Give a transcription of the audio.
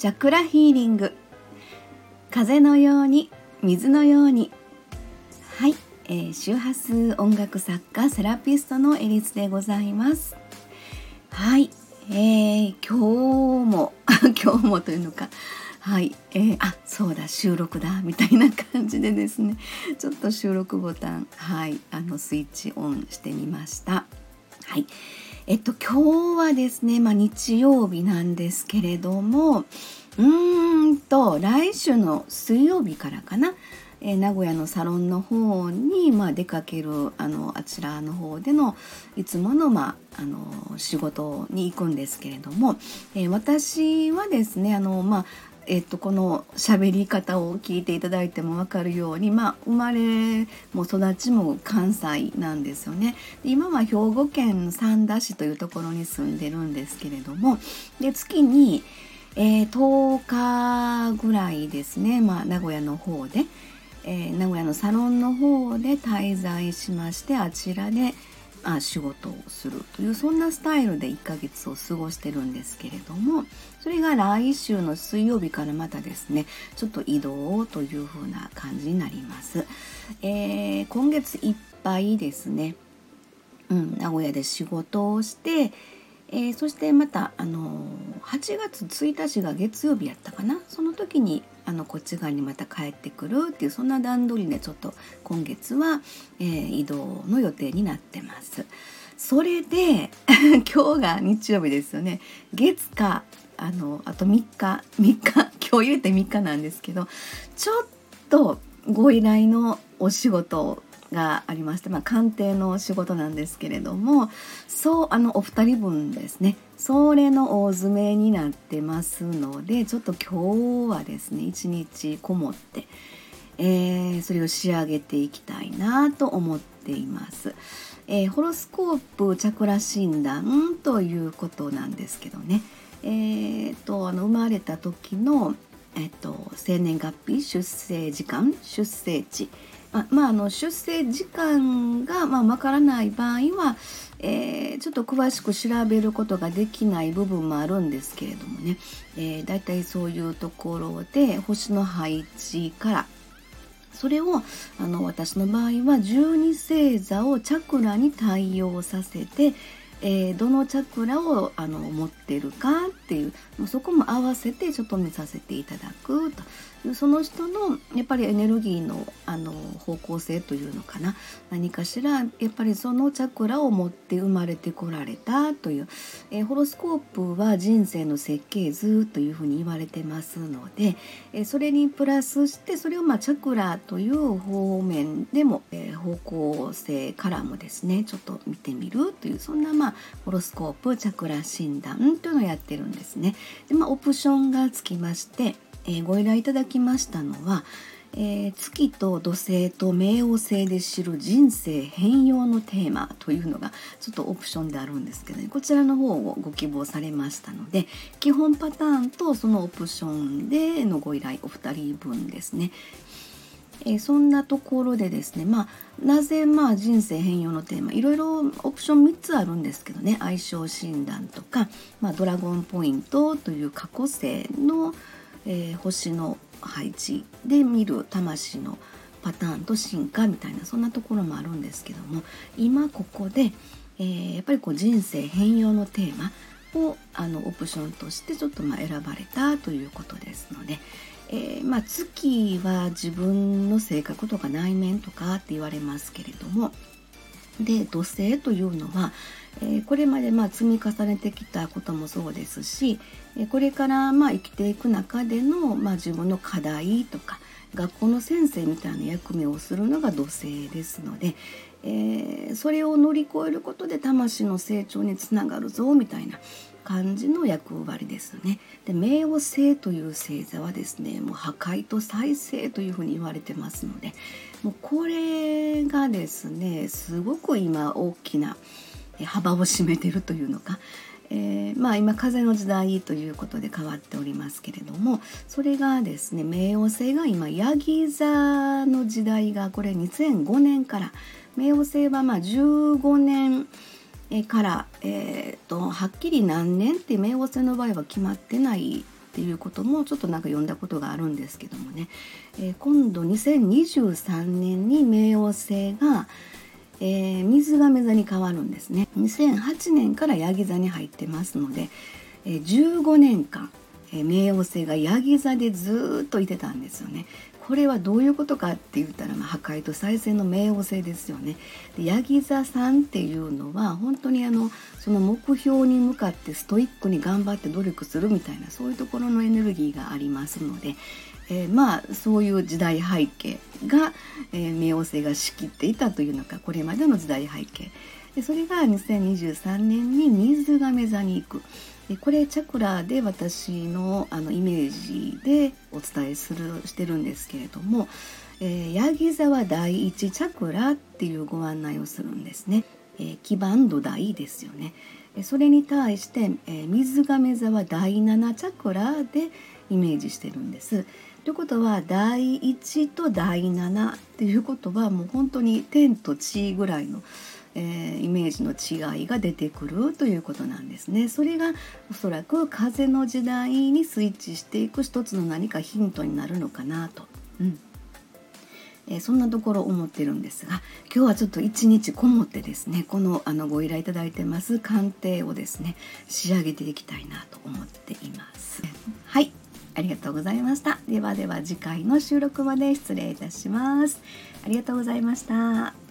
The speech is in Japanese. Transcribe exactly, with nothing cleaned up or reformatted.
チャクラヒーリング、風のように水のように。はい、えー、周波数音楽作家セラピストのエリスでございます。はい、えー、今日も今日もというのかはい、えー、あそうだ収録だみたいな感じでですね、ちょっと収録ボタンはいあのスイッチオンしてみました。はい、えっと今日はですね、まあ、日曜日なんですけれども、うーんと来週の水曜日からかな、えー、名古屋のサロンの方に、まあ、出かけるあのあちらの方でのいつもの、まあ、あの仕事に行くんですけれども、えー、私はですねあの、まあえっと、この喋り方を聞いていただいても分かるように、まあ、生まれも育ちも関西なんですよね。で今は兵庫県三田市というところに住んでるんですけれども、で月に、えー、とおかぐらいですね、まあ、名古屋の方で、えー、名古屋のサロンの方で滞在しまして、あちらであ仕事をするというそんなスタイルでいっかげつを過ごしてるんですけれども、それが来週の水曜日からまたですねちょっと移動という風な感じになります。えー、今月いっぱいですね、うん、名古屋で仕事をして、えー、そしてまた、あのー、はちがつついたちが月曜日やったかな、その時にあのこっち側にまた帰ってくるっていうそんな段取りでちょっと今月は、えー、移動の予定になってます。それで今日が日曜日ですよね。月かあのあとみっかみっか今日言うてみっかなんですけど、ちょっとご依頼のお仕事がありまして、まあ、鑑定の仕事なんですけれども、そうあのお二人分ですね、それの大詰めになってますので、ちょっと今日はですね一日こもって、えー、それを仕上げていきたいなと思っています。えー、ホロスコープチャクラ診断ということなんですけどね、えー、とあの生まれた時の、えっと、生年月日、出生時間、出生地、ままあ、あの出生時間がまあわからない場合は、えー、ちょっと詳しく調べることができない部分もあるんですけれどもね、えー、だいたいそういうところで星の配置からそれをあの私の場合はじゅうに星座をチャクラに対応させて、えー、どのチャクラをあの持ってるかっていう、もうそこも合わせてちょっと見させていただくという、その人のやっぱりエネルギーの、あの方向性というのかな、何かしらやっぱりそのチャクラを持って生まれてこられたという、えー、ホロスコープは人生の設計図というふうに言われてますので、えー、それにプラスしてそれをまあチャクラという方面でも、えー、方向性からもですねちょっと見てみるという、そんなまあホロスコープチャクラ診断というのをやってるんですね。で、まあ、オプションがつきまして、えー、ご依頼いただきましたのは、えー、月と土星と冥王星で知る人生変容のテーマというのがちょっとオプションであるんですけど、ね、こちらの方をご希望されましたので、基本パターンとそのオプションでのご依頼お二人分ですね。えー、そんなところでですね、まあ、なぜまあ人生変容のテーマ、いろいろオプションみっつあるんですけどね、相性診断とか、まあ、ドラゴンポイントという過去世の、えー、星の配置で見る魂のパターンと進化みたいな、そんなところもあるんですけども、今ここで、えー、やっぱりこう人生変容のテーマをあのオプションとしてちょっとまあ選ばれたということですので、えーまあ、月は自分の性格とか内面とかって言われますけれども、で土星というのは、えー、これまでまあ積み重ねてきたこともそうですし、えー、これからまあ生きていく中での、まあ、自分の課題とか学校の先生みたいな役目をするのが土星ですので、えー、それを乗り越えることで魂の成長につながるぞみたいな感じの役割ですね。で、冥王星という星座はですね、もう破壊と再生というふうに言われてますので、もうこれがですね、すごく今大きな幅を占めているというのか、えー、まあ今風の時代ということで変わっておりますけれども、それがですね、冥王星が今ヤギ座の時代がこれにせんごねんから、冥王星はまあじゅうごねんから、えー、とはっきり何年って冥王星の場合は決まってないっていうこともちょっとなんか読んだことがあるんですけどもね、えー、今度にせんにじゅうさんねんに冥王星が、えー、水亀座に変わるんですね。にせんはちねんからヤギ座に入ってますので、えー、じゅうごねんかん、えー、冥王星がヤギ座でずっといてたんですよね。これはどういうことかって言ったら、まあ、破壊と再生の冥王星ですよね。でヤギ座さんっていうのは本当にあのその目標に向かってストイックに頑張って努力するみたいな、そういうところのエネルギーがありますので、えー、まあそういう時代背景が、えー、冥王星が仕切っていたというのか、これまでの時代背景で、それがにせんにじゅうさんねんに水亀座に行く。でこれチャクラで私のあのイメージでお伝えするしてるんですけれども、えー、ヤギ座は第一チャクラっていうご案内をするんですね。えー、基盤土台ですよね。それに対して、えー、水亀座は第七チャクラでイメージしてるんです。ということは第一と第七っていうことはもう本当に天と地ぐらいのえー、イメージの違いが出てくるということなんですね。それがおそらく風の時代にスイッチしていく一つの何かヒントになるのかなと、うんえー、そんなところ思ってるんですが、今日はちょっと一日こもってですね、この、あのご依頼いただいてます鑑定をですね仕上げていきたいなと思っています。はい、ありがとうございました。ではでは次回の収録まで失礼いたします。ありがとうございました。